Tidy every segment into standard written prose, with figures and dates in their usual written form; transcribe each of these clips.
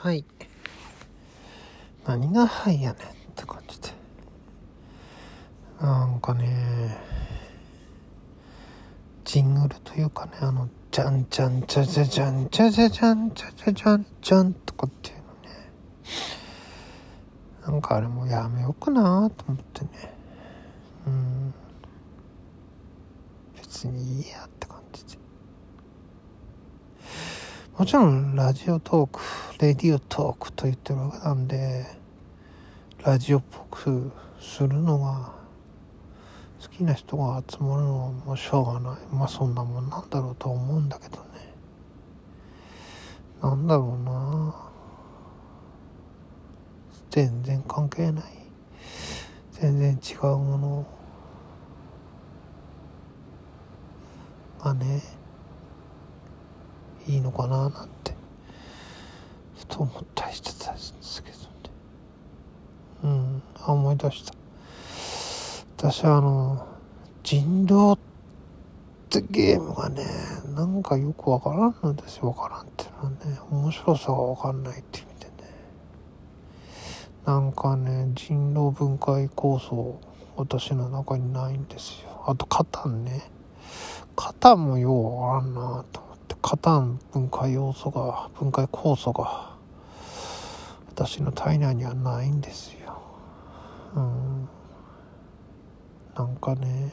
はい。何がはいやねんって感じで。なんかね、ジングルというかね、じゃんじゃんじゃじゃじゃんじゃじゃじゃんじゃじゃじゃんじゃんとかっていうのね。なんかあれもうやめようかなと思ってね。別にいいやって感じで。もちろんラジオトーク、レディオトークと言ってるわけなんで、ラジオっぽくするのが好きな人が集まるのはもうしょうがない。まあそんなもんなんだろうと思うんだけどね。なんだろうな。全然関係ない。全然違うものがね、いいのかななんて、ふと思ったりしてたんですけどね。思い出した。私は人狼ってゲームがね、なんかよくわからんのですよ。わからんっていうのはね、面白さがわかんないって意味でね。なんかね、人狼分解構想、私の中にないんですよ。あと、カタンね。カタンもようわからんなと思って、カタン分解構想が、私の体内にはないんですよ。なんかね、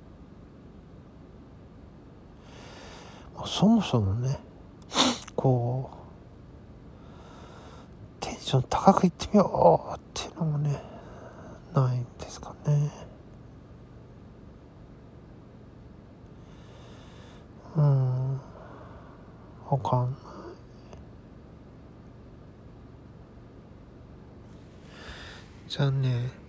そもそもね、こう、テンション高くいってみようっていうのもね、ないんですかね。わかんない。じゃあね。